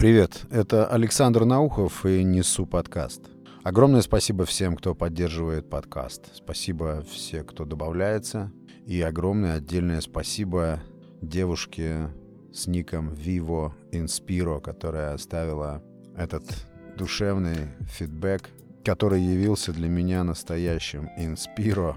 Привет, это Александр Наухов и «Несу подкаст». Огромное спасибо всем, кто поддерживает подкаст. Спасибо всем, кто добавляется. И огромное отдельное спасибо девушке с ником Vivo Inspiro, которая оставила этот душевный фидбэк, который явился для меня настоящим Inspiro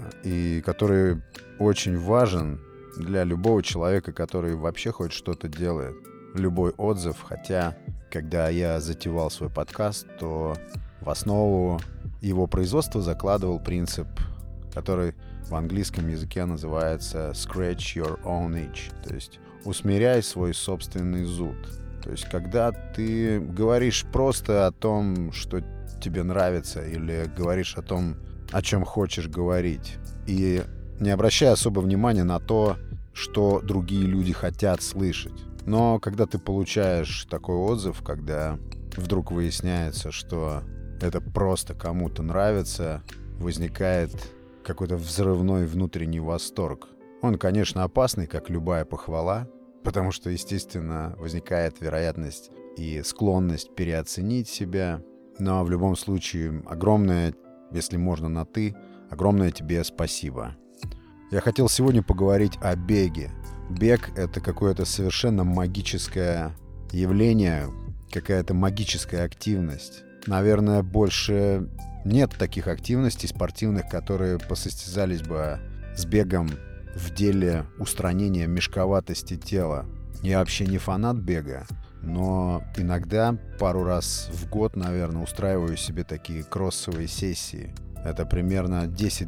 и который очень важен для любого человека, который вообще хоть что-то делает. Любой отзыв, хотя, когда я затевал свой подкаст, то в основу его производства закладывал принцип, который в английском языке называется scratch your own itch, то есть усмиряй свой собственный зуд. То есть когда ты говоришь просто о том, что тебе нравится, или говоришь о том, о чем хочешь говорить, и не обращая особо внимания на то, что другие люди хотят слышать. Но когда ты получаешь такой отзыв, когда вдруг выясняется, что это просто кому-то нравится, возникает какой-то взрывной внутренний восторг. Он, конечно, опасный, как любая похвала, потому что, естественно, возникает вероятность и склонность переоценить себя. Но в любом случае, огромное, если можно на «ты», огромное тебе спасибо. Я хотел сегодня поговорить о беге. Бег — это какое-то совершенно магическое явление, какая-то магическая активность. Наверное, больше нет таких активностей спортивных, которые посостязались бы с бегом в деле устранения мешковатости тела. Я вообще не фанат бега, но иногда, пару раз в год, наверное, устраиваю себе такие кроссовые сессии. Это примерно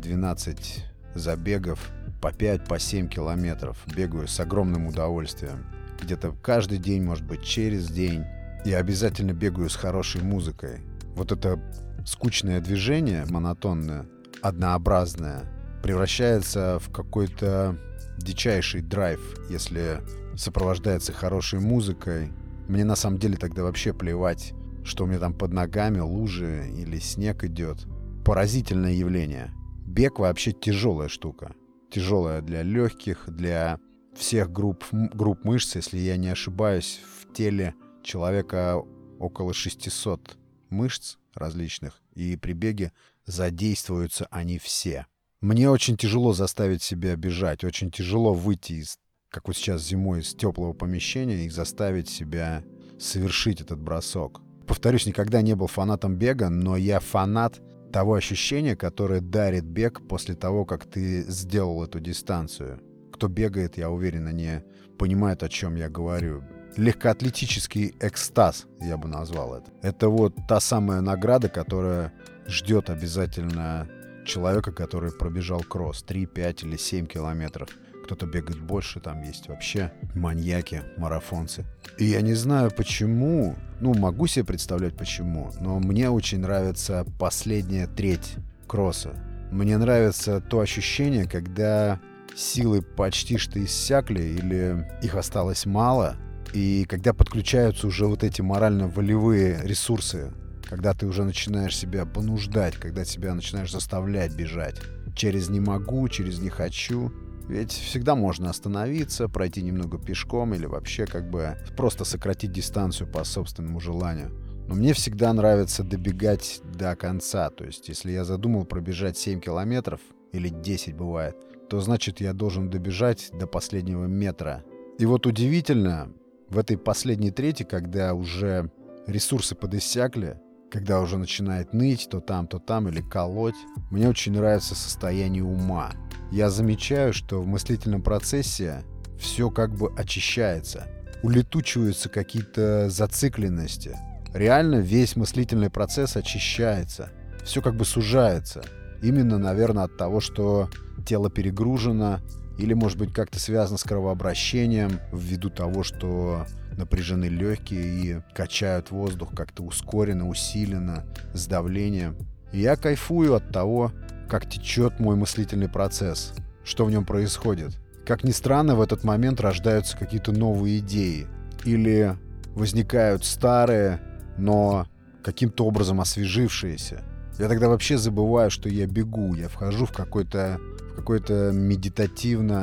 10-12 забегов по 5-7 километров. Бегаю с огромным удовольствием. Где-то каждый день, может быть, через день. И обязательно бегаю с хорошей музыкой. Вот это скучное движение, монотонное, однообразное, превращается в какой-то дичайший драйв, если сопровождается хорошей музыкой. Мне на самом деле тогда вообще плевать, что у меня там под ногами лужи или снег идет. Поразительное явление. Бег вообще тяжелая штука. Тяжелая для легких, для всех групп мышц. Если я не ошибаюсь, в теле человека около 600 мышц различных, и при беге задействуются они все. Мне очень тяжело заставить себя бежать, очень тяжело выйти из, как вот сейчас зимой, из теплого помещения и заставить себя совершить этот бросок. Повторюсь, никогда не был фанатом бега, но я фанат того ощущения, которое дарит бег после того, как ты сделал эту дистанцию. Кто бегает, я уверен, они понимают, о чем я говорю. Легкоатлетический экстаз, я бы назвал это. Это вот та самая награда, которая ждет обязательно человека, который пробежал кросс 3, 5 или 7 километров. Кто-то бегает больше, там есть вообще маньяки, марафонцы. И я не знаю почему, могу себе представлять почему, но мне очень нравится последняя треть кросса. Мне нравится то ощущение, когда силы почти что иссякли или их осталось мало, и когда подключаются уже вот эти морально-волевые ресурсы, когда ты уже начинаешь себя понуждать, когда себя начинаешь заставлять бежать через «не могу», через «не хочу». Ведь всегда можно остановиться, пройти немного пешком или вообще просто сократить дистанцию по собственному желанию. Но мне всегда нравится добегать до конца. То есть, если я задумал пробежать 7 километров, или 10 бывает, то значит я должен добежать до последнего метра. И вот удивительно, в этой последней трети, когда уже ресурсы подиссякли, когда уже начинает ныть то там или колоть, мне очень нравится состояние ума. Я замечаю, что в мыслительном процессе все очищается. Улетучиваются какие-то зацикленности. Реально весь мыслительный процесс очищается. Все сужается. Именно, наверное, от того, что тело перегружено, или, может быть, как-то связано с кровообращением, ввиду того, что напряжены легкие и качают воздух как-то ускоренно, усиленно, с давлением. И я кайфую от того, как течет мой мыслительный процесс, что в нем происходит. Как ни странно, в этот момент рождаются какие-то новые идеи. Или возникают старые, но каким-то образом освежившиеся. Я тогда вообще забываю, что я бегу. Я вхожу в какое-то медитативно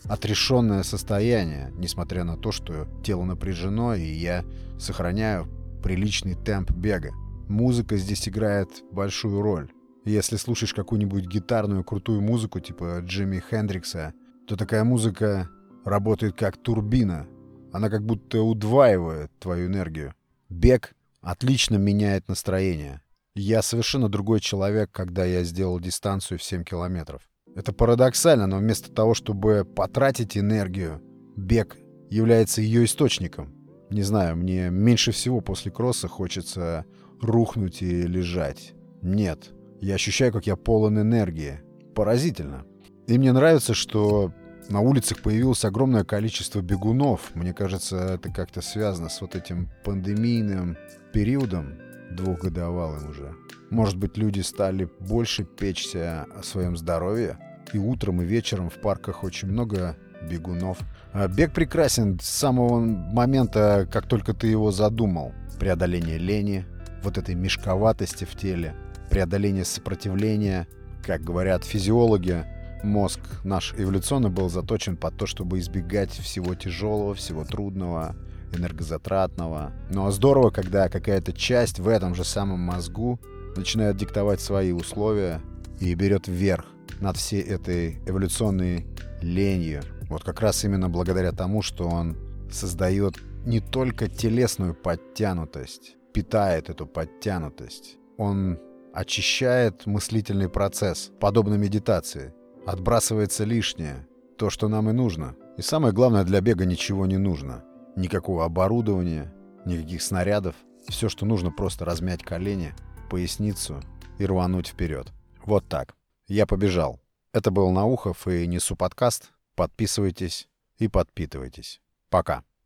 отрешенное состояние, несмотря на то, что тело напряжено, и я сохраняю приличный темп бега. Музыка здесь играет большую роль. Если слушаешь какую-нибудь гитарную крутую музыку, типа Джимми Хендрикса, то такая музыка работает как турбина. Она как будто удваивает твою энергию. Бег отлично меняет настроение. Я совершенно другой человек, когда я сделал дистанцию в 7 километров. Это парадоксально, но вместо того, чтобы потратить энергию, бег является ее источником. Не знаю, мне меньше всего после кросса хочется рухнуть и лежать. Нет, я ощущаю, как я полон энергии. Поразительно. И мне нравится, что на улицах появилось огромное количество бегунов. Мне кажется, это как-то связано с вот этим пандемийным периодом, двухгодовалым уже. Может быть, люди стали больше печься о своем здоровье. И утром, и вечером в парках очень много бегунов. Бег прекрасен с самого момента, как только ты его задумал. Преодоление лени, вот этой мешковатости в теле, преодоление сопротивления. Как говорят физиологи, мозг наш эволюционно был заточен под то, чтобы избегать всего тяжелого, всего трудного, энергозатратного. Но здорово, когда какая-то часть в этом же самом мозгу начинает диктовать свои условия и берет вверх над всей этой эволюционной ленью. Вот как раз именно благодаря тому, что он создает не только телесную подтянутость, питает эту подтянутость. Он очищает мыслительный процесс, подобно медитации. Отбрасывается лишнее, то, что нам и нужно. И самое главное, для бега ничего не нужно. Никакого оборудования, никаких снарядов. Все, что нужно, просто размять колени, поясницу и рвануть вперед. Вот так. Я побежал. Это был Наухов и Несу подкаст. Подписывайтесь и подпитывайтесь. Пока.